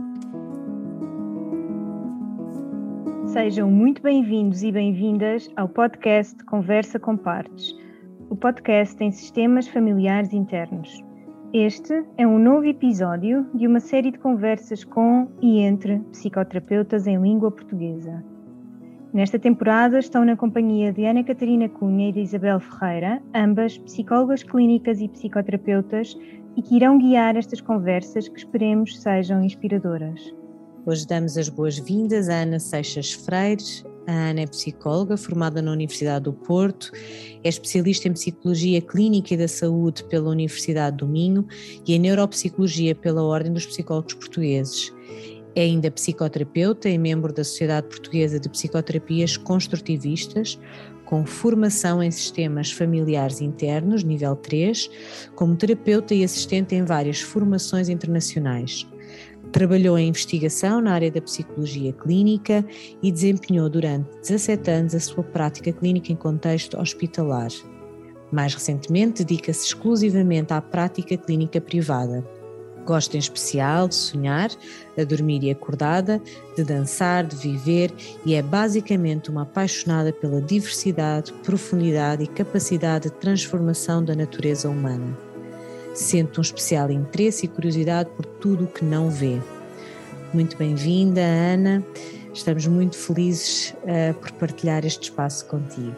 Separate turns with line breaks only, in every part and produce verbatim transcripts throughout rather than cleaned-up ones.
Sejam muito bem-vindos e bem-vindas ao podcast Conversa com Partes. O podcast tem sistemas familiares internos. Este é um novo episódio de uma série de conversas com e entre psicoterapeutas em língua portuguesa. Nesta temporada estão na companhia de Ana Catarina Cunha e de Isabel Ferreira, ambas psicólogas clínicas e psicoterapeutas, e que irão guiar estas conversas que esperemos sejam inspiradoras.
Hoje damos as boas-vindas à Ana Seixas Freire. A Ana é psicóloga formada na Universidade do Porto, é especialista em Psicologia Clínica e da Saúde pela Universidade do Minho e em Neuropsicologia pela Ordem dos Psicólogos Portugueses. É ainda psicoterapeuta e membro da Sociedade Portuguesa de Psicoterapias Construtivistas, com formação em sistemas familiares internos, nível três, como terapeuta e assistente em várias formações internacionais. Trabalhou em investigação na área da psicologia clínica e desempenhou durante dezassete anos a sua prática clínica em contexto hospitalar. Mais recentemente, dedica-se exclusivamente à prática clínica privada. Gosta em especial de sonhar, a dormir e acordada, de dançar, de viver e é basicamente uma apaixonada pela diversidade, profundidade e capacidade de transformação da natureza humana. Sente um especial interesse e curiosidade por tudo o que não vê. Muito bem-vinda, Ana. Estamos muito felizes uh, por partilhar este espaço contigo.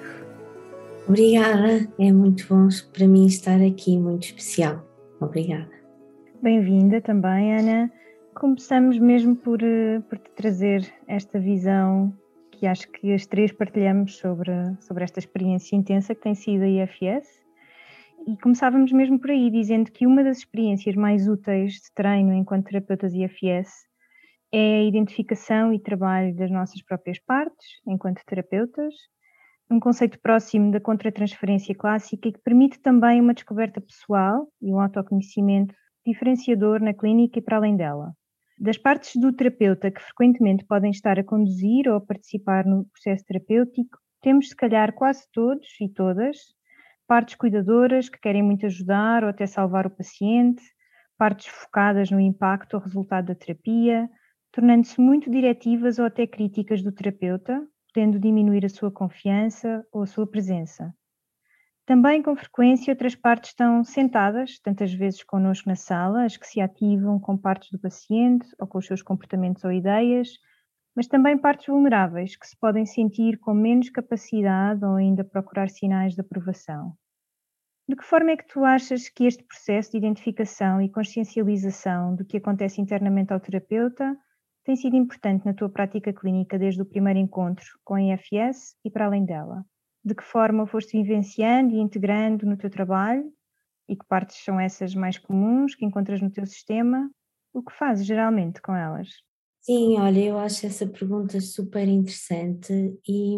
Obrigada, é muito bom para mim estar aqui, muito especial. Obrigada.
Bem-vinda também, Ana. Começamos mesmo por, por te trazer esta visão que acho que as três partilhamos sobre, sobre esta experiência intensa que tem sido a I F S. E começávamos mesmo por aí, dizendo que uma das experiências mais úteis de treino enquanto terapeutas I F S é a identificação e trabalho das nossas próprias partes, enquanto terapeutas, um conceito próximo da contratransferência clássica e que permite também uma descoberta pessoal e um autoconhecimento diferenciador na clínica e para além dela. Das partes do terapeuta que frequentemente podem estar a conduzir ou a participar no processo terapêutico, temos se calhar quase todos e todas partes cuidadoras que querem muito ajudar ou até salvar o paciente, partes focadas no impacto ou resultado da terapia, tornando-se muito diretivas ou até críticas do terapeuta, podendo diminuir a sua confiança ou a sua presença. Também, com frequência, outras partes estão sentadas, tantas vezes connosco na sala, as que se ativam com partes do paciente ou com os seus comportamentos ou ideias, mas também partes vulneráveis, que se podem sentir com menos capacidade ou ainda procurar sinais de aprovação. De que forma é que tu achas que este processo de identificação e consciencialização do que acontece internamente ao terapeuta tem sido importante na tua prática clínica desde o primeiro encontro com a I F S e para além dela? De que forma o foste vivenciando e integrando no teu trabalho? E que partes são essas mais comuns que encontras no teu sistema? O que fazes geralmente com elas?
Sim, olha, eu acho essa pergunta super interessante e,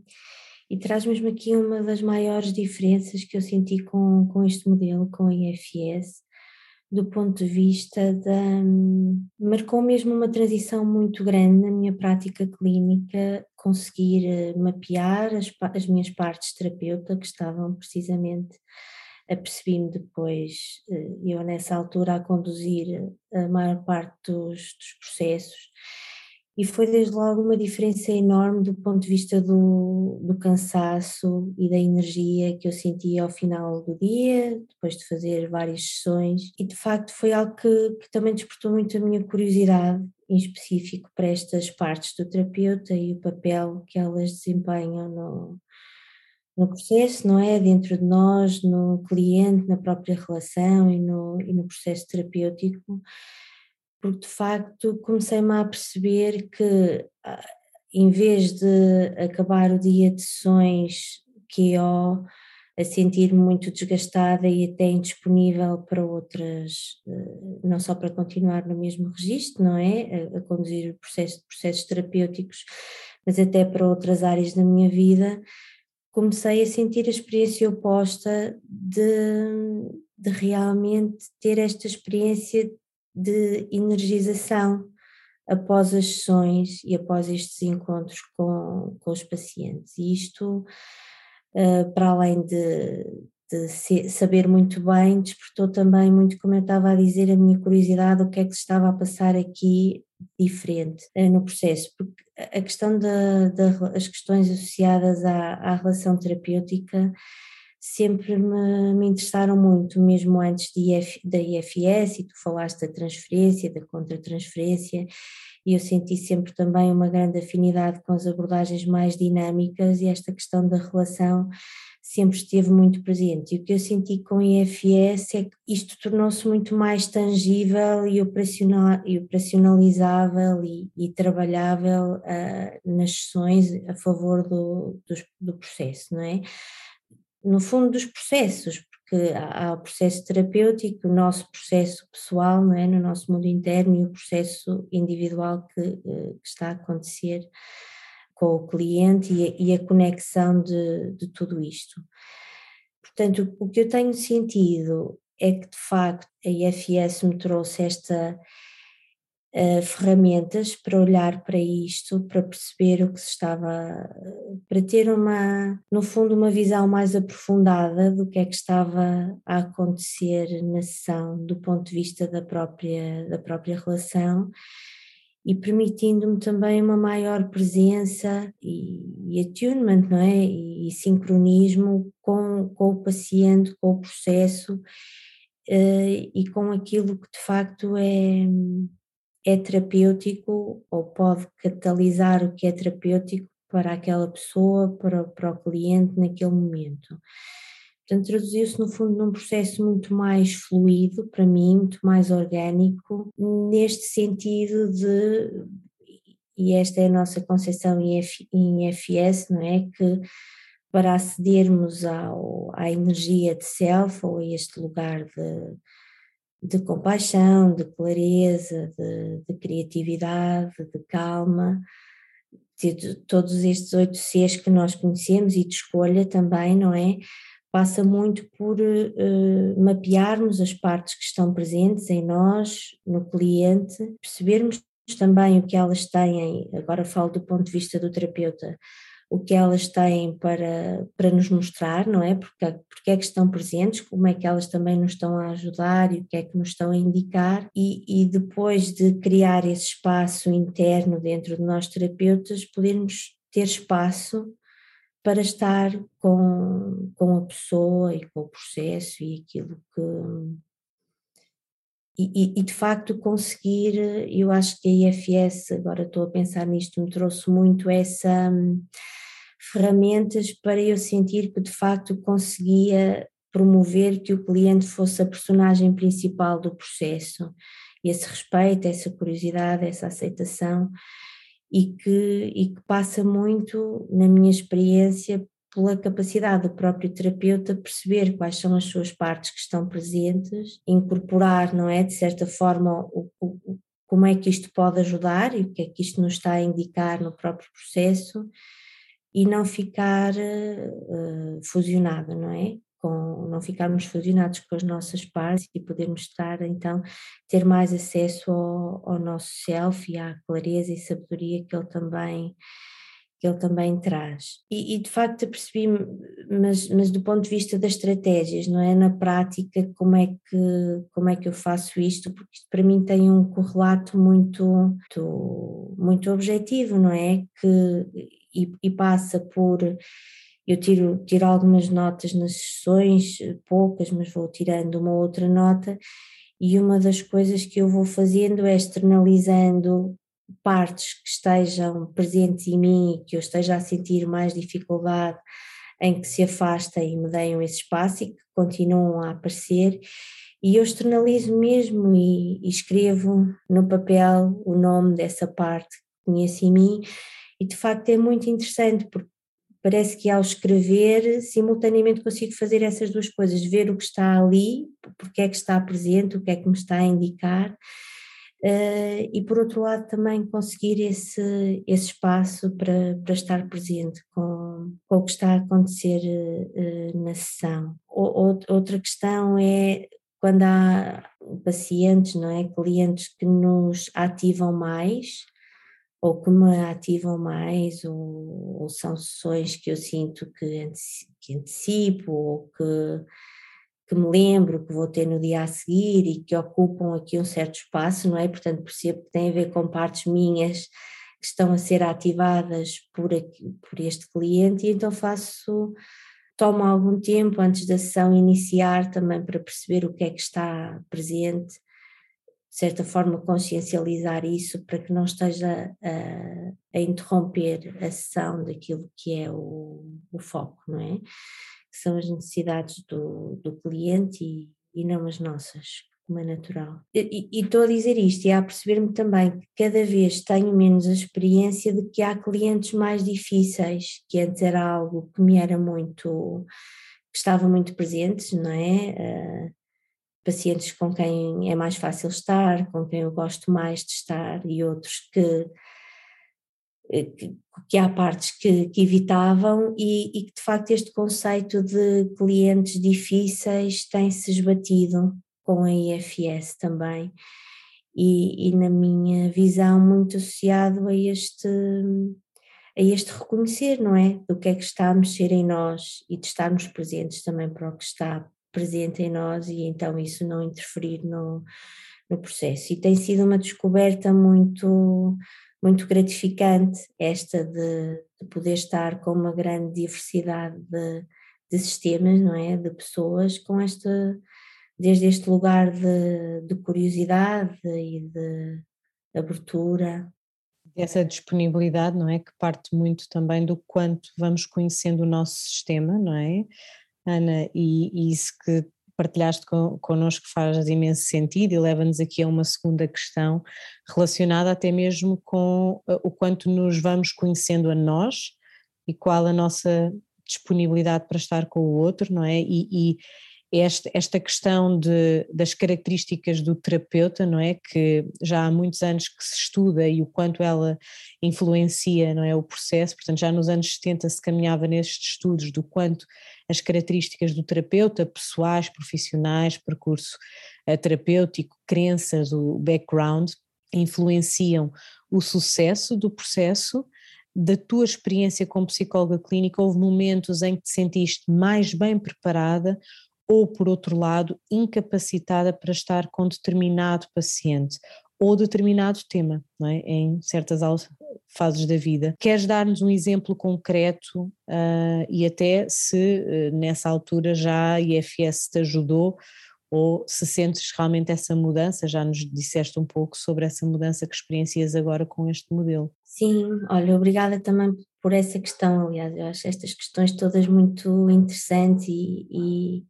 e traz mesmo aqui uma das maiores diferenças que eu senti com, com este modelo, com a I F S, do ponto de vista da... marcou mesmo uma transição muito grande na minha prática clínica, conseguir mapear as, as minhas partes de terapeuta que estavam precisamente, apercebi-me depois, eu nessa altura a conduzir a maior parte dos, dos processos, e foi desde logo uma diferença enorme do ponto de vista do, do cansaço e da energia que eu sentia ao final do dia, depois de fazer várias sessões, e de facto foi algo que, que também despertou muito a minha curiosidade, em específico para estas partes do terapeuta e o papel que elas desempenham no, no processo, não é? Dentro de nós, no cliente, na própria relação e no, e no processo terapêutico. Porque de facto comecei-me a perceber que em vez de acabar o dia de sessões Q O a sentir-me muito desgastada e até indisponível para outras, não só para continuar no mesmo registro, não é? A, a conduzir o processo, processos terapêuticos, mas até para outras áreas da minha vida, comecei a sentir a experiência oposta de, de realmente ter esta experiência de energização após as sessões e após estes encontros com, com os pacientes. E isto, uh, para além de, de ser, saber muito bem, despertou também muito, como eu estava a dizer, a minha curiosidade, o que é que se estava a passar aqui diferente uh, no processo, porque a questão da, da, as questões associadas à, à relação terapêutica sempre me, me interessaram muito, mesmo antes de I F, da I F S, e tu falaste da transferência, da contratransferência, e eu senti sempre também uma grande afinidade com as abordagens mais dinâmicas, e esta questão da relação sempre esteve muito presente. E o que eu senti com o I F S é que isto tornou-se muito mais tangível e, operacional, e operacionalizável e, e trabalhável uh, nas sessões a favor do, do, do processo, não é? No fundo dos processos, porque há, há o processo terapêutico, o nosso processo pessoal, não é? No nosso mundo interno, e o processo individual que, que está a acontecer com o cliente, e a, e a conexão de, de tudo isto. Portanto, o, o que eu tenho sentido é que, de facto, a I F S me trouxe esta uh, ferramentas para olhar para isto, para perceber o que se estava, para ter uma, no fundo, uma visão mais aprofundada do que é que estava a acontecer na sessão, do ponto de vista da própria, da própria relação, e permitindo-me também uma maior presença e, e attunement, não é? E, e sincronismo com, com o paciente, com o processo uh, e com aquilo que de facto é, é terapêutico, ou pode catalisar o que é terapêutico para aquela pessoa, para, para o cliente naquele momento. Portanto, traduziu-se no fundo num processo muito mais fluido para mim, muito mais orgânico, neste sentido de, e esta é a nossa concepção em I F S, não é? Que para acedermos ao, à energia de self, ou a este lugar de, de compaixão, de clareza, de, de criatividade, de calma, de todos estes oito Cs que nós conhecemos, e de escolha também, não é? Passa muito por uh, mapearmos as partes que estão presentes em nós, no cliente, percebermos também o que elas têm, agora falo do ponto de vista do terapeuta, o que elas têm para, para nos mostrar, não é? Porque, porque é que estão presentes, como é que elas também nos estão a ajudar e o que é que nos estão a indicar, e, e depois de criar esse espaço interno dentro de nós terapeutas, podermos ter espaço para estar com, com a pessoa e com o processo e aquilo que... E, e de facto conseguir, eu acho que a I F S, agora estou a pensar nisto, me trouxe muito essa hum, ferramentas para eu sentir que de facto conseguia promover que o cliente fosse a personagem principal do processo, esse respeito, essa curiosidade, essa aceitação, e que, e que passa muito, na minha experiência, pela capacidade do próprio terapeuta perceber quais são as suas partes que estão presentes, incorporar, não é, de certa forma, o, o, como é que isto pode ajudar e o que é que isto nos está a indicar no próprio processo, e não ficar uh, fusionado, não é? Com, não ficarmos fusionados com as nossas partes, e podermos estar, então, ter mais acesso ao, ao nosso self e à clareza e sabedoria que ele também, que ele também traz. E, e de facto percebi, mas, mas do ponto de vista das estratégias, não é? Na prática, como é que, como é que eu faço isto? Porque isto para mim tem um correlato muito, muito, muito objetivo, não é? Que, e, e passa por... Eu tiro, tiro algumas notas nas sessões, poucas, mas vou tirando uma outra nota, e uma das coisas que eu vou fazendo é externalizando partes que estejam presentes em mim, que eu esteja a sentir mais dificuldade em que se afastem e me deem esse espaço e que continuam a aparecer, e eu externalizo mesmo e, e escrevo no papel o nome dessa parte que conheço em mim, e de facto é muito interessante, porque parece que ao escrever simultaneamente consigo fazer essas duas coisas, ver o que está ali, porque é que está presente, o que é que me está a indicar, uh, e por outro lado também conseguir esse, esse espaço para, para estar presente com, com o que está a acontecer uh, na sessão. O, outra questão é quando há pacientes, não é, clientes que nos ativam mais, ou que me ativam mais, ou, ou são sessões que eu sinto que, anteci, que antecipo, ou que, que me lembro que vou ter no dia a seguir e que ocupam aqui um certo espaço, não é? Portanto, percebo que tem a ver com partes minhas que estão a ser ativadas por, aqui, por este cliente, e então faço, tomo algum tempo antes da sessão iniciar também para perceber o que é que está presente, de certa forma consciencializar isso para que não esteja a, a interromper a sessão daquilo que é o, o foco, não é? Que são as necessidades do, do cliente e, e não as nossas, como é natural. E, e estou a dizer isto e a perceber-me também que cada vez tenho menos a experiência de que há clientes mais difíceis, que antes era algo que me era muito, que estava muito presente, não é? Uh, pacientes com quem é mais fácil estar, com quem eu gosto mais de estar, e outros que, que, que há partes que, que evitavam, e, e que de facto este conceito de clientes difíceis tem-se esbatido com a I F S também, e, e na minha visão muito associado a este, a este reconhecer, não é? Do que é que está a mexer em nós e de estarmos presentes também para o que está presente em nós, e então isso não interferir no, no processo. E tem sido uma descoberta muito, muito gratificante, esta de, de poder estar com uma grande diversidade de, de sistemas, não é? De pessoas, com esta, desde este lugar de, de curiosidade e de abertura.
Essa disponibilidade, não é? Que parte muito também do quanto vamos conhecendo o nosso sistema, não é, Ana? E, e isso que partilhaste con, connosco faz imenso sentido e leva-nos aqui a uma segunda questão relacionada até mesmo com o quanto nos vamos conhecendo a nós e qual a nossa disponibilidade para estar com o outro, não é? E, e Esta, esta questão de, das características do terapeuta, não é, que já há muitos anos que se estuda e o quanto ela influencia, não é, o processo. Portanto, já nos anos setenta se caminhava nestes estudos do quanto as características do terapeuta, pessoais, profissionais, percurso terapêutico, crenças, o background, influenciam o sucesso do processo. Da tua experiência como psicóloga clínica, houve momentos em que te sentiste mais bem preparada ou, por outro lado, incapacitada para estar com determinado paciente ou determinado tema, não é? Em certas fases da vida. Queres dar-nos um exemplo concreto uh, e até se uh, nessa altura já a I F S te ajudou, ou se sentes realmente essa mudança? Já nos disseste um pouco sobre essa mudança que experiencias agora com este modelo.
Sim, olha, obrigada também por essa questão. Aliás, eu acho estas questões todas muito interessantes e, e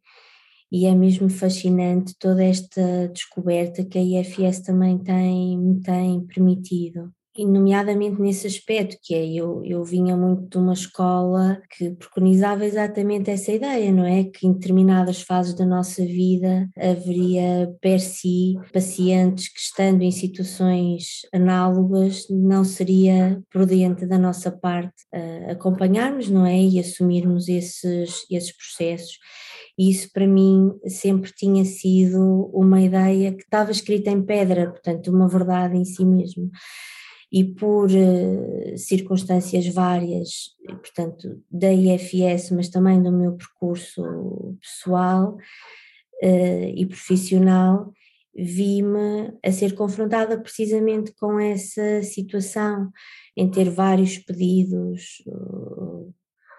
E é mesmo fascinante toda esta descoberta que a I F S também tem, me tem permitido, e nomeadamente nesse aspecto, que é, eu, eu vinha muito de uma escola que preconizava exatamente essa ideia, não é? Que em determinadas fases da nossa vida haveria per si pacientes que, estando em situações análogas, não seria prudente da nossa parte uh, acompanharmos, não é? E assumirmos esses, esses processos. E isso para mim sempre tinha sido uma ideia que estava escrita em pedra, portanto uma verdade em si mesmo. E por uh, circunstâncias várias, portanto da I F S, mas também do meu percurso pessoal uh, e profissional, vi-me a ser confrontada precisamente com essa situação, em ter vários pedidos, uh,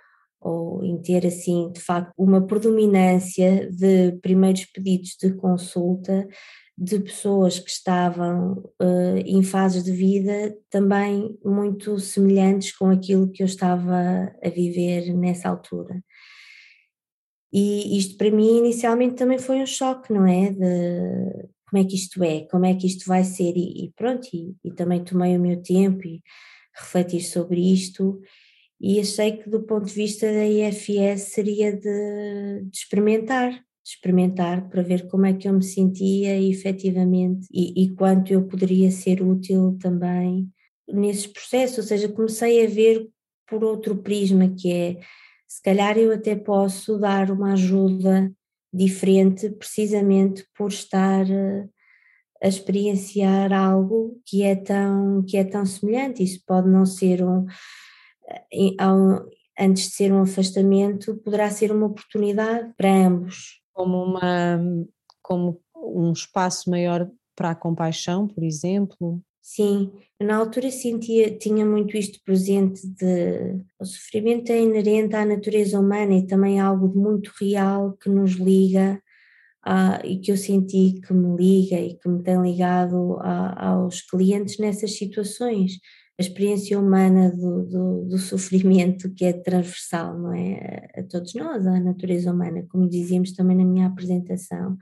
ou em ter assim de facto uma predominância de primeiros pedidos de consulta de pessoas que estavam uh, em fases de vida também muito semelhantes com aquilo que eu estava a viver nessa altura. E isto para mim inicialmente também foi um choque, não é? De como é que isto é, como é que isto vai ser, e, e pronto, e, e também tomei o meu tempo e refletir sobre isto. E achei que do ponto de vista da I F S seria de, de experimentar, de experimentar para ver como é que eu me sentia efetivamente e, e quanto eu poderia ser útil também nesses processos, ou seja, comecei a ver por outro prisma, que é, se calhar eu até posso dar uma ajuda diferente precisamente por estar a experienciar algo que é tão, que é tão semelhante. Isso pode não ser um... Antes de ser um afastamento, poderá ser uma oportunidade para ambos.
como, uma, como um espaço maior para a compaixão, por exemplo?
Sim, na altura sentia, tinha muito isto presente de o sofrimento é inerente à natureza humana e também é algo de muito real que nos liga ah, e que eu senti que me liga e que me tem ligado a, aos clientes nessas situações. A experiência humana do, do, do sofrimento que é transversal, não é? A, a todos nós, à natureza humana, como dizíamos também na minha apresentação,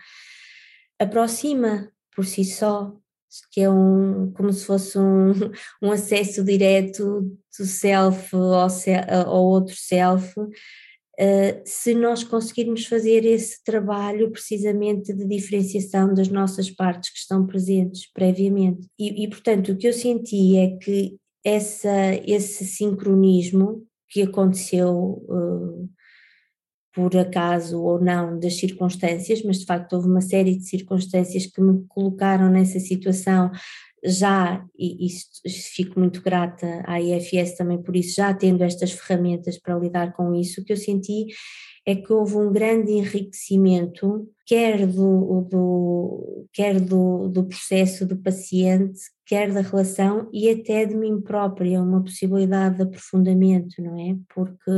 aproxima por si só, que é um, como se fosse um, um acesso direto do self ao, ao outro self, uh, se nós conseguirmos fazer esse trabalho precisamente de diferenciação das nossas partes que estão presentes previamente. E, e portanto, o que eu senti é que essa, esse sincronismo que aconteceu uh, por acaso ou não das circunstâncias, mas de facto houve uma série de circunstâncias que me colocaram nessa situação já, e isso fico muito grata à I F S também por isso, já tendo estas ferramentas para lidar com isso, o que eu senti é que houve um grande enriquecimento, quer do, do, quer do, do processo do paciente, quer da relação e até de mim própria, uma possibilidade de aprofundamento, não é? Porque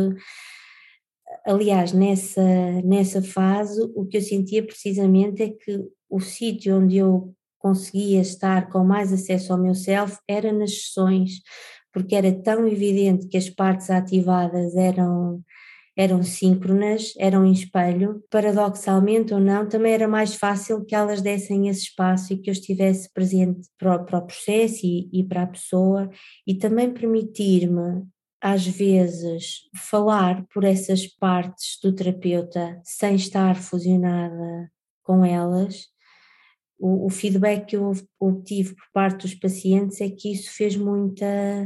aliás, nessa, nessa fase, o que eu sentia precisamente é que o sítio onde eu conseguia estar com mais acesso ao meu self era nas sessões, porque era tão evidente que as partes ativadas eram, eram síncronas, eram em espelho, paradoxalmente ou não, também era mais fácil que elas dessem esse espaço e que eu estivesse presente para o, para o processo e, e para a pessoa, e também permitir-me às vezes falar por essas partes do terapeuta sem estar fusionada com elas. O, o feedback que eu obtive por parte dos pacientes é que isso fez muita,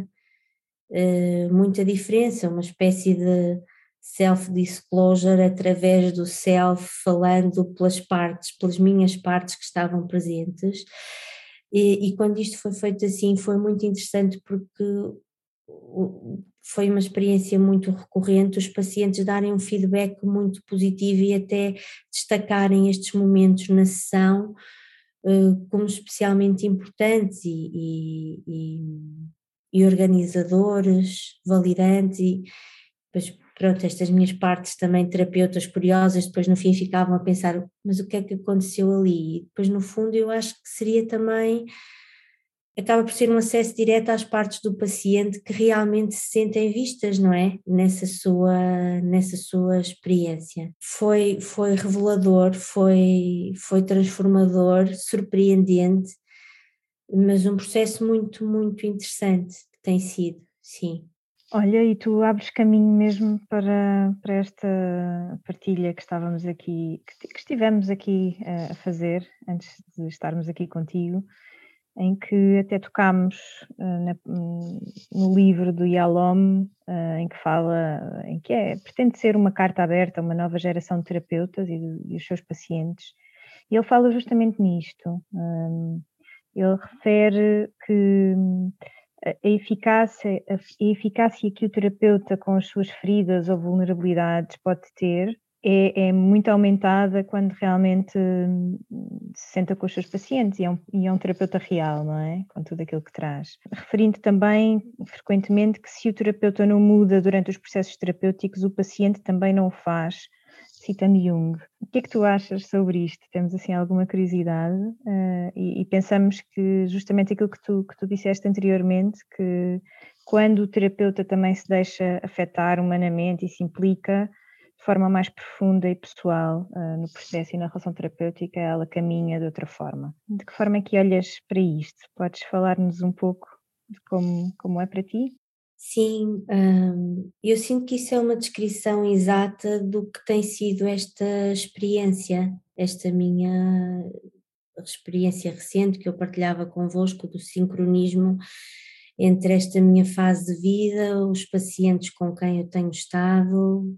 uh, muita diferença, uma espécie de self-disclosure através do self, falando pelas partes, pelas minhas partes que estavam presentes. E, e quando isto foi feito assim foi muito interessante porque foi uma experiência muito recorrente, os pacientes darem um feedback muito positivo e até destacarem estes momentos na sessão uh, como especialmente importantes e, e, e organizadores, validantes e depois, pronto, estas minhas partes também terapeutas curiosas, depois no fim ficavam a pensar, mas o que é que aconteceu ali? E depois no fundo eu acho que seria também acaba por ser um acesso direto às partes do paciente que realmente se sentem vistas, não é? Nessa sua, nessa sua experiência. Foi, foi revelador, foi, foi transformador, surpreendente, mas um processo muito, muito interessante que tem sido, sim.
Olha, e tu abres caminho mesmo para, para esta partilha que estávamos aqui, que, que estivemos aqui a fazer antes de estarmos aqui contigo, em que até tocámos uh, na, no livro do Yalom, uh, em que fala, em que é, pretende ser uma carta aberta a uma nova geração de terapeutas e, e os seus pacientes, e ele fala justamente nisto. Um, ele refere que a eficácia, a eficácia que o terapeuta com as suas feridas ou vulnerabilidades pode ter É, é muito aumentada quando realmente se senta com os seus pacientes e é, um, e é um terapeuta real, não é? Com tudo aquilo que traz. Referindo também, frequentemente, que se o terapeuta não muda durante os processos terapêuticos, o paciente também não o faz, citando Jung. O que é que tu achas sobre isto? Temos, assim, alguma curiosidade uh, e, e pensamos que justamente aquilo que tu, que tu disseste anteriormente, que quando o terapeuta também se deixa afetar humanamente e se implica de forma mais profunda e pessoal uh, no processo e na relação terapêutica, ela caminha de outra forma. De que forma é que olhas para isto? Podes falar-nos um pouco de como, como é para ti?
Sim, hum, eu sinto que isso é uma descrição exata do que tem sido esta experiência, esta minha experiência recente que eu partilhava convosco do sincronismo entre esta minha fase de vida, os pacientes com quem eu tenho estado,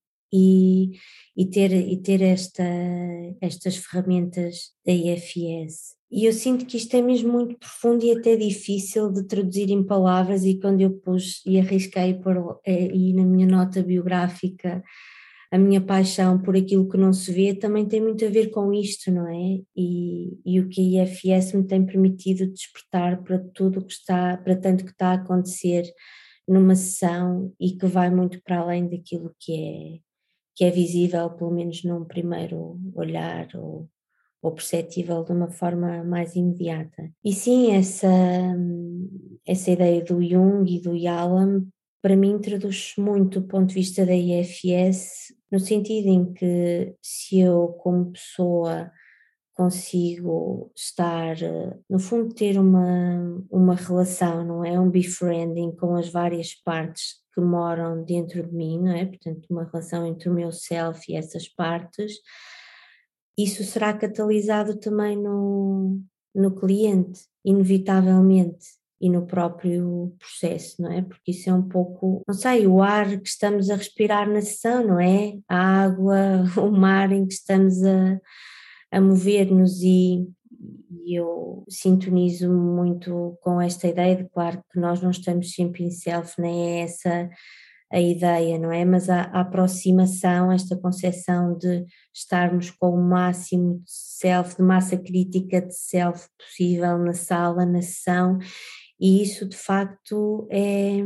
E, e ter, e ter esta, estas ferramentas da I F S. E eu sinto que isto é mesmo muito profundo e até difícil de traduzir em palavras, e quando eu pus e arrisquei por aí na minha nota biográfica a minha paixão por aquilo que não se vê também tem muito a ver com isto, não é? E, e o que a I F S me tem permitido despertar para tudo o que está, para tanto que está a acontecer numa sessão e que vai muito para além daquilo que é, que é visível, pelo menos num primeiro olhar ou, ou perceptível de uma forma mais imediata. E sim, essa, essa ideia do Jung e do Yalom para mim traduz muito do ponto de vista da I F S, no sentido em que se eu como pessoa consigo estar, no fundo ter uma, uma relação, não é? Um befriending com as várias partes que moram dentro de mim, não é? Portanto, uma relação entre o meu self e essas partes, isso será catalisado também no, no cliente, inevitavelmente, e no próprio processo, não é? Porque isso é um pouco, não sei, o ar que estamos a respirar na sessão, não é? A água, o mar em que estamos a, a mover-nos e, e eu sintonizo muito com esta ideia de, claro, que nós não estamos sempre em self, nem é essa a ideia, não é? Mas a, a aproximação, esta concepção de estarmos com o máximo de self, de massa crítica de self possível na sala, na sessão, e isso de facto é,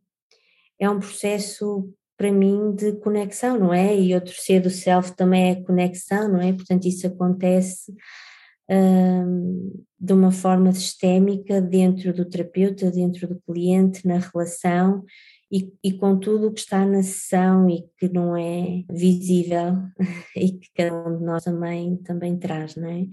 é um processo para mim de conexão, não é? E outro ser do self também é conexão, não é? Portanto isso acontece hum, de uma forma sistémica dentro do terapeuta, dentro do cliente, na relação e, e com tudo o que está na sessão e que não é visível e que cada um de nós também, também traz, não é?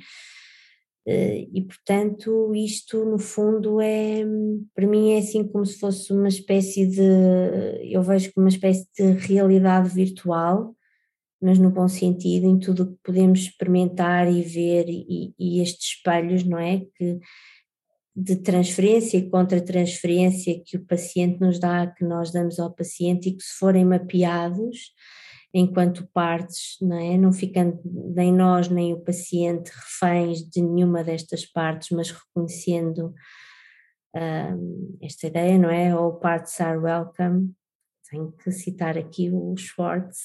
E portanto isto no fundo é, para mim é assim como se fosse uma espécie de, eu vejo como uma espécie de realidade virtual, mas no bom sentido, em tudo o que podemos experimentar e ver e, e estes espelhos, não é, que de transferência e contra-transferência que o paciente nos dá, que nós damos ao paciente e que se forem mapeados enquanto partes, não é? Não ficando nem nós nem o paciente reféns de nenhuma destas partes, mas reconhecendo um, esta ideia, não é? All parts are welcome. Tenho que citar aqui o Schwartz,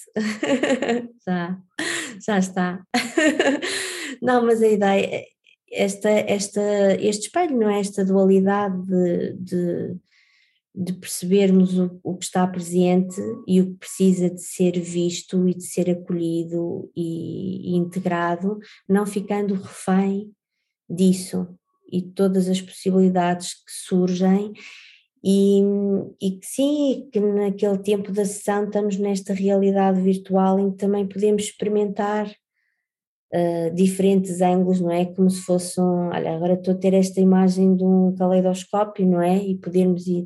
já, já está. Não, mas a ideia, esta, esta, este espelho, não é? Esta dualidade de, de de percebermos o, o que está presente e o que precisa de ser visto e de ser acolhido e, e integrado, não ficando refém disso e todas as possibilidades que surgem e, e que sim, que naquele tempo da sessão estamos nesta realidade virtual em que também podemos experimentar Uh, diferentes ângulos, não é? Como se fosse um, olha, agora estou a ter esta imagem de um caleidoscópio, não é? E podermos ir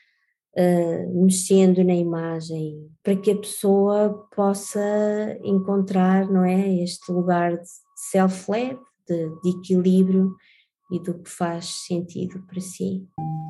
Uh, mexendo na imagem para que a pessoa possa encontrar, não é, este lugar de self-led, de, de equilíbrio e do que faz sentido para si.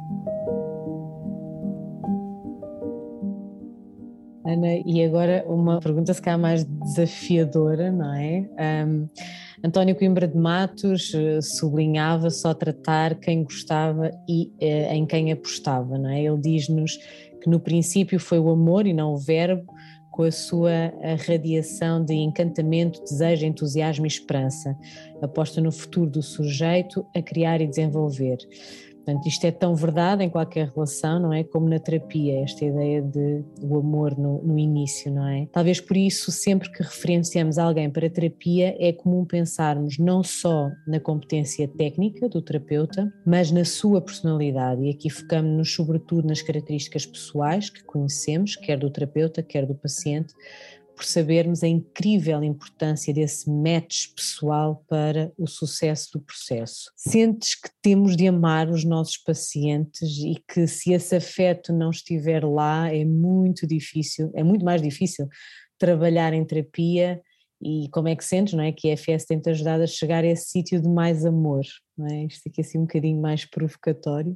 Ana, e agora uma pergunta se calhar mais desafiadora, não é? Um, António Coimbra de Matos sublinhava só tratar quem gostava e eh, em quem apostava, não é? Ele diz-nos que no princípio foi o amor e não o verbo, com a sua radiação de encantamento, desejo, entusiasmo e esperança, aposta no futuro do sujeito a criar e desenvolver. Portanto, isto é tão verdade em qualquer relação, não é? Como na terapia, esta ideia de o amor no, no início, não é? Talvez por isso, sempre que referenciamos alguém para terapia, é comum pensarmos não só na competência técnica do terapeuta, mas na sua personalidade. E aqui focamos-nos sobretudo nas características pessoais que conhecemos, quer do terapeuta, quer do paciente, por sabermos a incrível importância desse match pessoal para o sucesso do processo. Sentes que temos de amar os nossos pacientes e que se esse afeto não estiver lá é muito difícil, é muito mais difícil trabalhar em terapia e como é que sentes, não é? Que a F S tem-te ajudado a chegar a esse sítio de mais amor, não é? Isto aqui assim um bocadinho mais provocatório.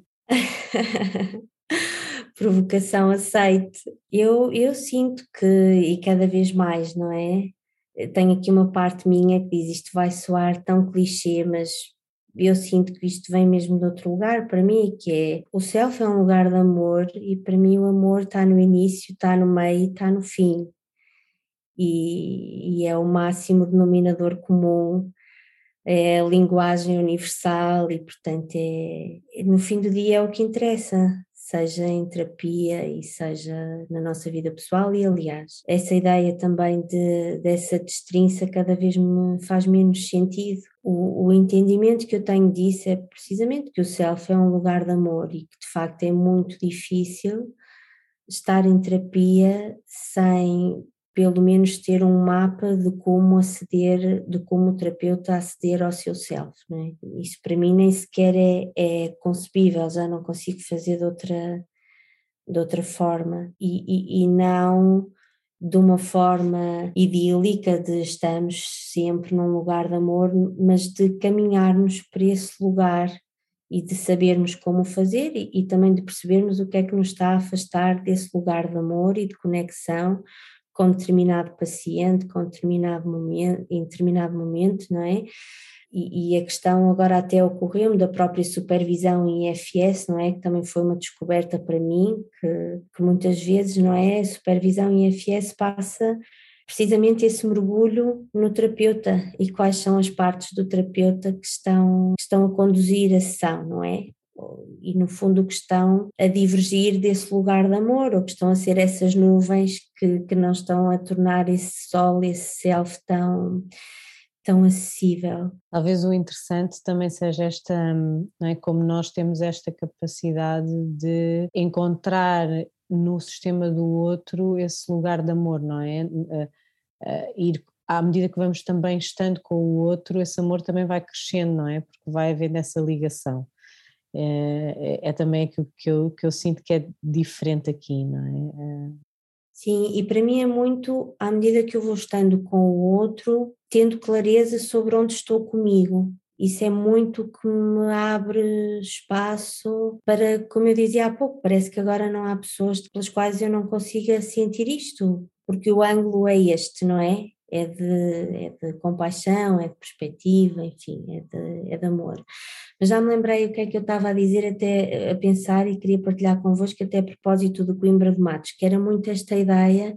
Provocação aceite. Eu, eu sinto que, e cada vez mais, não é? Tenho aqui uma parte minha que diz isto vai soar tão clichê, mas eu sinto que isto vem mesmo de outro lugar para mim, que é o self é um lugar de amor e para mim o amor está no início, está no meio e está no fim. e, e é o máximo denominador comum, é a linguagem universal e, portanto, é, no fim do dia é o que interessa, seja em terapia e seja na nossa vida pessoal. E, aliás, essa ideia também de, dessa destrinça cada vez me faz menos sentido. O, o entendimento que eu tenho disso é precisamente que o self é um lugar de amor e que, de facto, é muito difícil estar em terapia sem pelo menos ter um mapa de como aceder, de como o terapeuta aceder ao seu self, não é? Isso para mim nem sequer é, é concebível, já não consigo fazer de outra, de outra forma e, e, e não de uma forma idílica de estamos sempre num lugar de amor, mas de caminharmos para esse lugar e de sabermos como fazer e, e também de percebermos o que é que nos está a afastar desse lugar de amor e de conexão com determinado paciente, com determinado momento, em determinado momento, não é? E, e a questão agora até ocorreu-me da própria supervisão em I F S, não é? Que também foi uma descoberta para mim, que, que muitas vezes, não é? A supervisão em I F S passa precisamente esse mergulho no terapeuta e quais são as partes do terapeuta que estão, que estão a conduzir a sessão, não é? E no fundo que estão a divergir desse lugar de amor, ou que estão a ser essas nuvens que, que não estão a tornar esse sol, esse self tão, tão acessível.
Talvez o interessante também seja esta, não é, como nós temos esta capacidade de encontrar no sistema do outro esse lugar de amor, não é? Uh, uh, ir à medida que vamos também estando com o outro, esse amor também vai crescendo, não é? Porque vai havendo essa ligação. É, é, é também aquilo que eu, que eu sinto que é diferente aqui, não é?
Sim, e para mim é muito à medida que eu vou estando com o outro, tendo clareza sobre onde estou comigo. Isso é muito que me abre espaço para, como eu dizia há pouco, parece que agora não há pessoas pelas quais eu não consiga sentir isto, porque o ângulo é este, não é? É de, é de compaixão, é de perspectiva, enfim, é de, é de amor. Mas já me lembrei o que é que eu estava a dizer, até a pensar, e queria partilhar convosco, até a propósito do Coimbra de Matos, que era muito esta ideia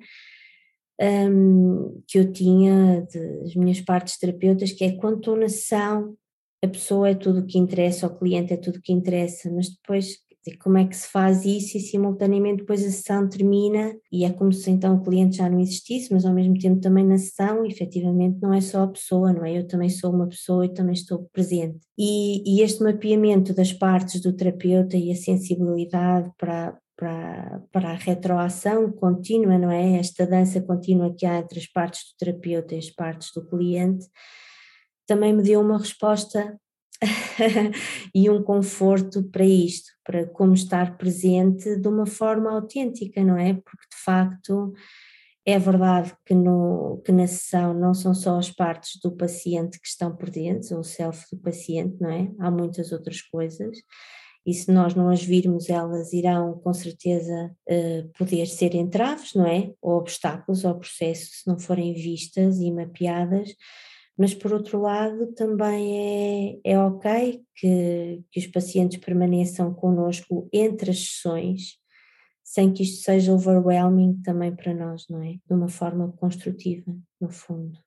um, que eu tinha das minhas partes terapeutas, que é quando estou na sessão, a pessoa é tudo o que interessa, o cliente é tudo o que interessa, mas depois como é que se faz isso e simultaneamente depois a sessão termina e é como se então o cliente já não existisse, mas ao mesmo tempo também na sessão efetivamente não é só a pessoa, não é? Eu também sou uma pessoa e também estou presente. E, e este mapeamento das partes do terapeuta e a sensibilidade para, para, para a retroação contínua, não é? Esta dança contínua que há entre as partes do terapeuta e as partes do cliente, também me deu uma resposta e um conforto para isto, para como estar presente de uma forma autêntica, não é? Porque de facto é verdade que, no, que na sessão não são só as partes do paciente que estão presentes, ou o self do paciente, não é? Há muitas outras coisas e se nós não as virmos elas irão com certeza poder ser entraves, não é? Ou obstáculos ao processo se não forem vistas e mapeadas. Mas por outro lado também é, é ok que, que os pacientes permaneçam connosco entre as sessões, sem que isto seja overwhelming também para nós, não é? De uma forma construtiva, no fundo.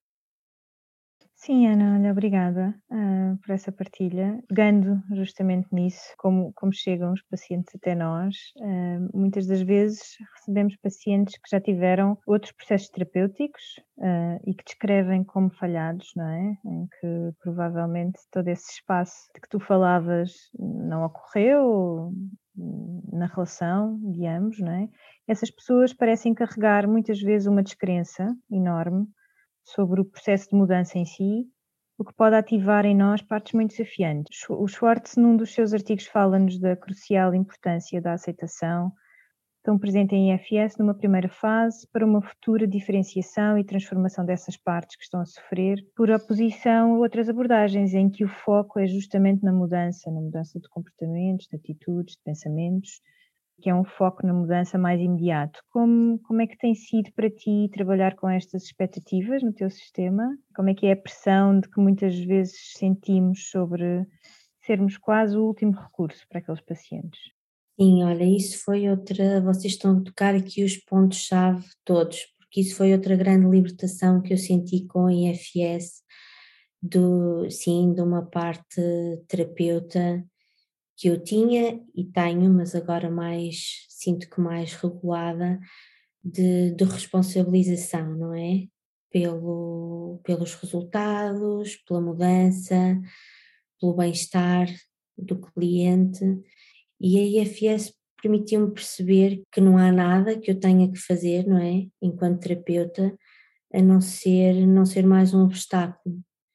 Sim, Ana, olha, obrigada uh, por essa partilha. Pegando justamente nisso, como, como chegam os pacientes até nós, uh, muitas das vezes recebemos pacientes que já tiveram outros processos terapêuticos uh, e que descrevem como falhados, não é? Em que provavelmente todo esse espaço de que tu falavas não ocorreu na relação de ambos, não é? Essas pessoas parecem carregar muitas vezes uma descrença enorme sobre o processo de mudança em si, o que pode ativar em nós partes muito desafiantes. O Schwartz, num dos seus artigos, fala-nos da crucial importância da aceitação, tão presente em I F S numa primeira fase, para uma futura diferenciação e transformação dessas partes que estão a sofrer, por oposição a outras abordagens, em que o foco é justamente na mudança, na mudança de comportamentos, de atitudes, de pensamentos, que é um foco na mudança mais imediato. Como, como é que tem sido para ti trabalhar com estas expectativas no teu sistema? Como é que é a pressão de que muitas vezes sentimos sobre sermos quase o último recurso para aqueles pacientes?
Sim, olha, isso foi outra, vocês estão a tocar aqui os pontos-chave todos, porque isso foi outra grande libertação que eu senti com a I F S, do, sim, de uma parte terapeuta que eu tinha e tenho, mas agora mais, sinto que mais regulada, de, de responsabilização, não é? Pelo, pelos resultados, pela mudança, pelo bem-estar do cliente, e a I F S permitiu-me perceber que não há nada que eu tenha que fazer, não é? Enquanto terapeuta, a não ser, não ser mais um obstáculo.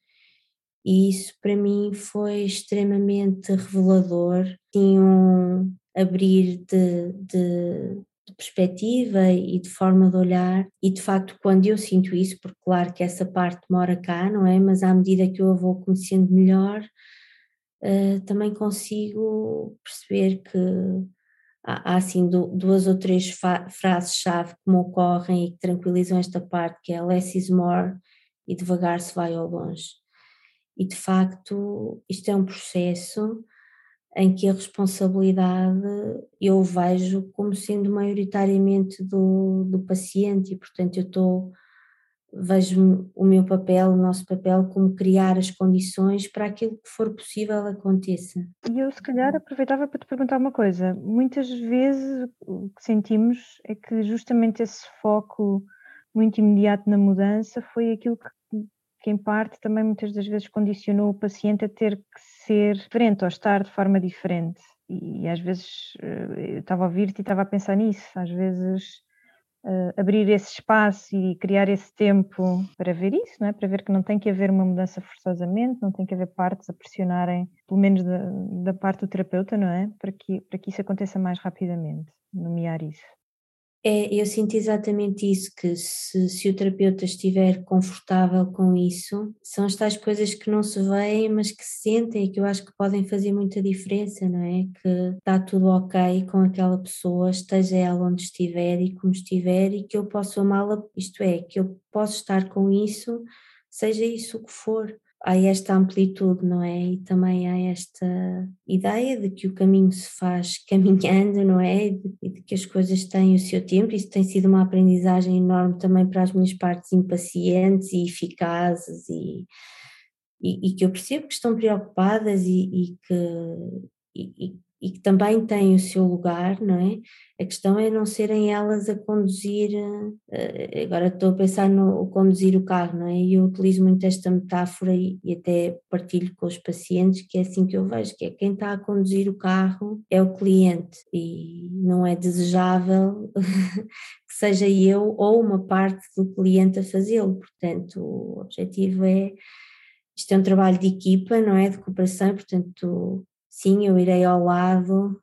E isso para mim foi extremamente revelador, tinha um abrir de, de, de perspectiva e de forma de olhar, e de facto quando eu sinto isso, porque claro que essa parte mora cá, não é? Mas à medida que eu a vou conhecendo melhor, uh, também consigo perceber que há, há assim duas ou três frases-chave que me ocorrem e que tranquilizam esta parte, que é less is more e devagar se vai ao longe. E de facto isto é um processo em que a responsabilidade eu vejo como sendo maioritariamente do, do paciente, e portanto eu estou, vejo o meu papel, o nosso papel como criar as condições para aquilo que for possível aconteça.
E eu se calhar aproveitava para te perguntar uma coisa, muitas vezes o que sentimos é que justamente esse foco muito imediato na mudança foi aquilo que que em parte também muitas das vezes condicionou o paciente a ter que ser diferente ou estar de forma diferente. E às vezes eu estava a ouvir-te e estava a pensar nisso, às vezes uh, abrir esse espaço e criar esse tempo para ver isso, não é? Para ver que não tem que haver uma mudança forçosamente, não tem que haver partes a pressionarem, pelo menos da, da parte do terapeuta, não é? Para que, para que isso aconteça mais rapidamente, nomear isso.
É, eu sinto exatamente isso, que se, se o terapeuta estiver confortável com isso, são as tais coisas que não se veem, mas que se sentem e que eu acho que podem fazer muita diferença, não é? Que está tudo ok com aquela pessoa, esteja ela onde estiver e como estiver, e que eu posso amá-la, isto é, que eu posso estar com isso, seja isso o que for. Há esta amplitude, não é? E também há esta ideia de que o caminho se faz caminhando, não é? E de, de que as coisas têm o seu tempo. Isso tem sido uma aprendizagem enorme também para as minhas partes impacientes e eficazes, e, e, e que eu percebo que estão preocupadas e, e que... E, e que também têm o seu lugar, não é? A questão é não serem elas a conduzir, agora estou a pensar no conduzir o carro, não é? E eu utilizo muito esta metáfora e, e até partilho com os pacientes, que é assim que eu vejo, que é quem está a conduzir o carro é o cliente, e não é desejável que seja eu ou uma parte do cliente a fazê-lo. Portanto, o objetivo é, isto é um trabalho de equipa, não é? De cooperação, portanto... Sim, eu irei ao lado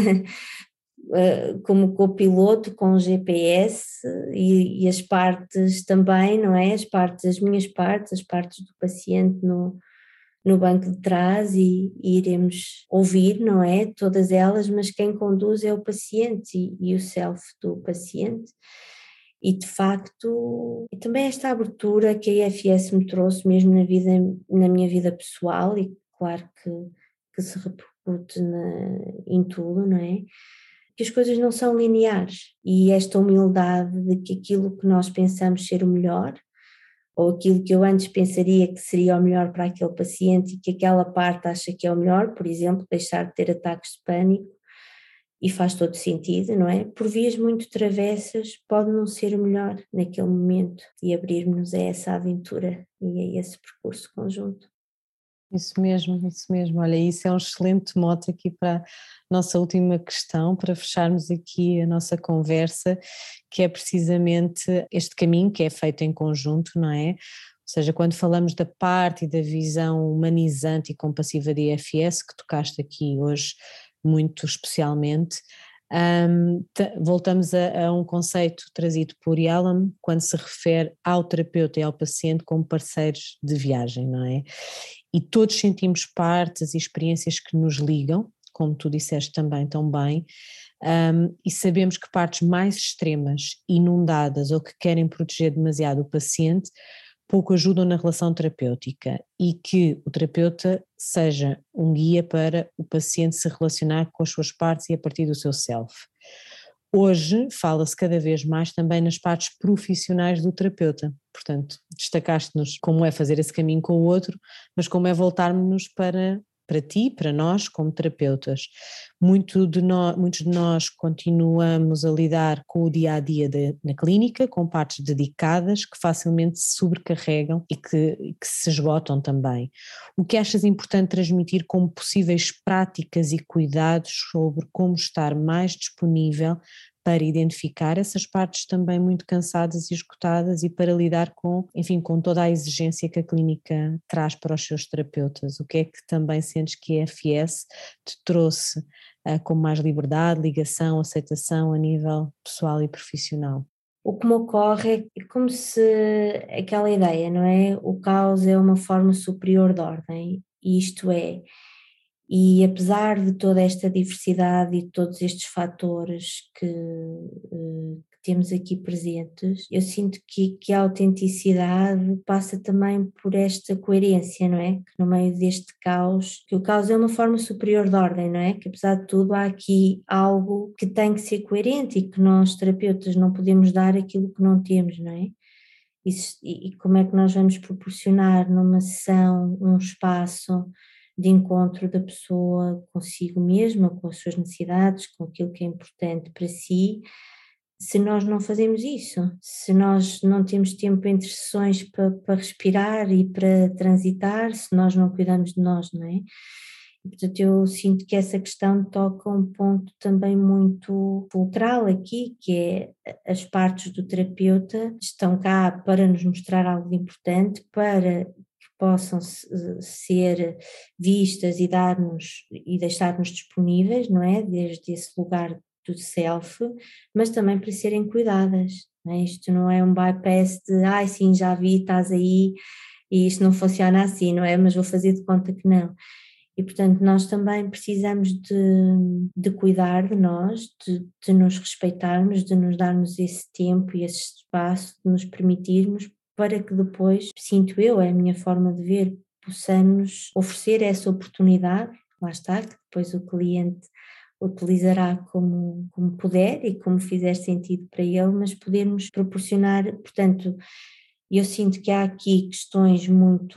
como copiloto com o G P S e, e as partes também, não é? As partes, as minhas partes, as partes do paciente no, no banco de trás, e, e iremos ouvir, não é? Todas elas, mas quem conduz é o paciente e, e o self do paciente. E de facto, e também esta abertura que a I F S me trouxe mesmo na vida, na minha vida pessoal, e claro que que se repercute na, em tudo, não é? Que as coisas não são lineares, e esta humildade de que aquilo que nós pensamos ser o melhor, ou aquilo que eu antes pensaria que seria o melhor para aquele paciente e que aquela parte acha que é o melhor, por exemplo, deixar de ter ataques de pânico, e faz todo sentido, não é? Por vias muito travessas pode não ser o melhor naquele momento, e abrirmos a essa aventura e a esse percurso conjunto.
Isso mesmo, isso mesmo. Olha, isso é um excelente mote aqui para a nossa última questão, para fecharmos aqui a nossa conversa, que é precisamente este caminho que é feito em conjunto, não é? Ou seja, quando falamos da parte e da visão humanizante e compassiva da I F S, que tocaste aqui hoje muito especialmente, Um, voltamos a, a um conceito trazido por Yalom quando se refere ao terapeuta e ao paciente como parceiros de viagem, não é? E todos sentimos partes e experiências que nos ligam, como tu disseste também tão bem, um, e sabemos que partes mais extremas, inundadas ou que querem proteger demasiado o paciente, pouco ajudam na relação terapêutica, e que o terapeuta seja um guia para o paciente se relacionar com as suas partes e a partir do seu self. Hoje fala-se cada vez mais também nas partes profissionais do terapeuta, portanto destacaste-nos como é fazer esse caminho com o outro, mas como é voltarmos para, para ti, para nós como terapeutas. Muito de nós, muitos de nós continuamos a lidar com o dia-a-dia de, na clínica, com partes dedicadas que facilmente se sobrecarregam e que, que se esgotam também. O que achas importante transmitir como possíveis práticas e cuidados sobre como estar mais disponível para identificar essas partes também muito cansadas e esgotadas e para lidar com, enfim, com toda a exigência que a clínica traz para os seus terapeutas? O que é que também sentes que a F S te trouxe uh, com mais liberdade, ligação, aceitação a nível pessoal e profissional?
O que me ocorre é como se aquela ideia, não é? O caos é uma forma superior de ordem, e isto é, e apesar de toda esta diversidade e de todos estes fatores que, eh, que temos aqui presentes, eu sinto que, que a autenticidade passa também por esta coerência, não é? Que no meio deste caos, que o caos é uma forma superior de ordem, não é? Que apesar de tudo há aqui algo que tem que ser coerente e que nós terapeutas não podemos dar aquilo que não temos, não é? E, e como é que nós vamos proporcionar numa sessão um espaço de encontro da pessoa consigo mesma, com as suas necessidades, com aquilo que é importante para si, se nós não fazemos isso, se nós não temos tempo entre sessões para, para respirar e para transitar, se nós não cuidamos de nós, não é? E, portanto, eu sinto que essa questão toca um ponto também muito fulcral aqui, que é as partes do terapeuta estão cá para nos mostrar algo importante, para possam ser vistas e dar-nos e deixar-nos disponíveis, não é? Desde esse lugar do self, mas também para serem cuidadas, não é? Isto não é um bypass de, ai sim, já vi, estás aí e isto não funciona assim, não é? Mas vou fazer de conta que não. E portanto nós também precisamos de, de cuidar de nós, de, de nos respeitarmos, de nos darmos esse tempo e esse espaço, de nos permitirmos, para que depois, sinto eu, é a minha forma de ver, possamos oferecer essa oportunidade, lá está, que depois o cliente utilizará como, como puder e como fizer sentido para ele, mas podermos proporcionar, portanto, eu sinto que há aqui questões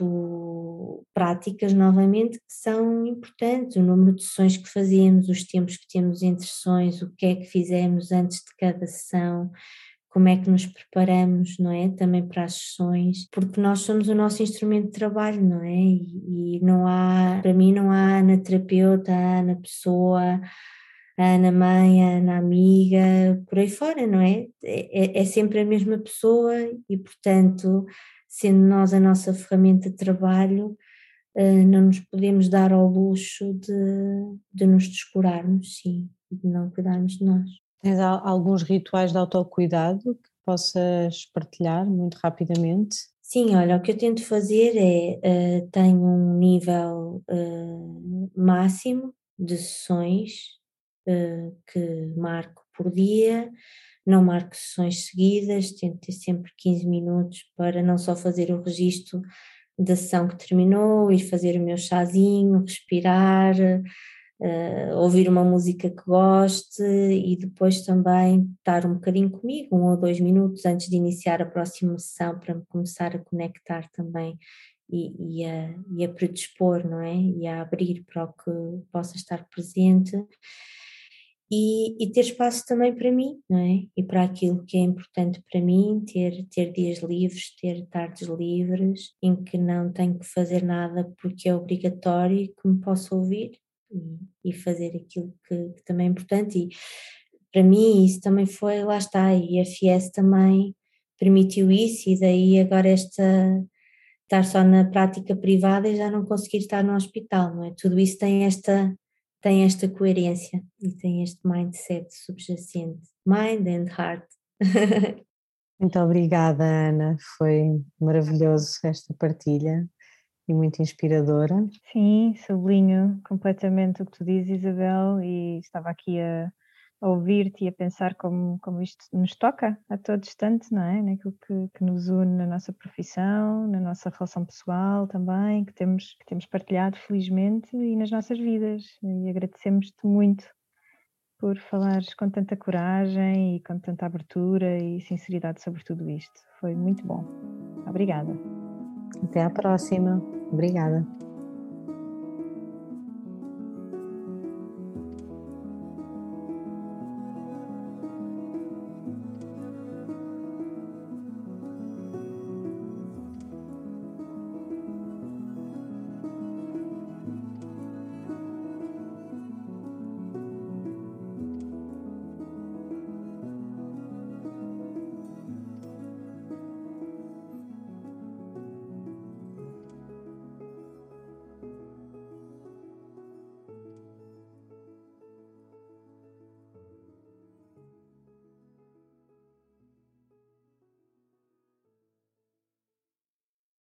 muito práticas, novamente, que são importantes, o número de sessões que fazemos, os tempos que temos entre sessões, o que é que fizemos antes de cada sessão, como é que nos preparamos, não é? Também para as sessões, porque nós somos o nosso instrumento de trabalho, não é? E, e não há, para mim não há Ana terapeuta, Ana pessoa, Ana mãe, Ana amiga, por aí fora, não é? É, é sempre a mesma pessoa e, portanto, sendo nós a nossa ferramenta de trabalho, não nos podemos dar ao luxo de, de nos descurarmos, sim, e de não cuidarmos de nós.
Tens alguns rituais de autocuidado que possas partilhar muito rapidamente?
Sim, olha, o que eu tento fazer é, uh, tenho um nível uh, máximo de sessões uh, que marco por dia, não marco sessões seguidas, tento ter sempre quinze minutos para não só fazer o registro da sessão que terminou, ir fazer o meu chazinho, respirar, Uh, ouvir uma música que goste e depois também estar um bocadinho comigo, um ou dois minutos antes de iniciar a próxima sessão, para me começar a conectar também e, e, a, e a predispor, não é? E a abrir para o que possa estar presente e, e ter espaço também para mim, não é? E para aquilo que é importante para mim, ter, ter dias livres, ter tardes livres em que não tenho que fazer nada porque é obrigatório e que me possa ouvir e fazer aquilo que, que também é importante. E para mim isso também foi, lá está, e a F S também permitiu isso, e daí agora esta, estar só na prática privada e já não conseguir estar no hospital, não é? Tudo isso tem esta, tem esta coerência e tem este mindset subjacente, mind and heart.
Muito obrigada, Ana, foi maravilhoso esta partilha e muito inspiradora.
Sim, sublinho completamente o que tu dizes, Isabel, e estava aqui a, a ouvir-te e a pensar como, como isto nos toca a todo instante, não é? Naquilo que, que nos une na nossa profissão, na nossa relação pessoal também, que temos, que temos partilhado felizmente e nas nossas vidas, e agradecemos-te muito por falares com tanta coragem e com tanta abertura e sinceridade sobre tudo isto. Foi muito bom. Obrigada.
Até à próxima. Obrigada.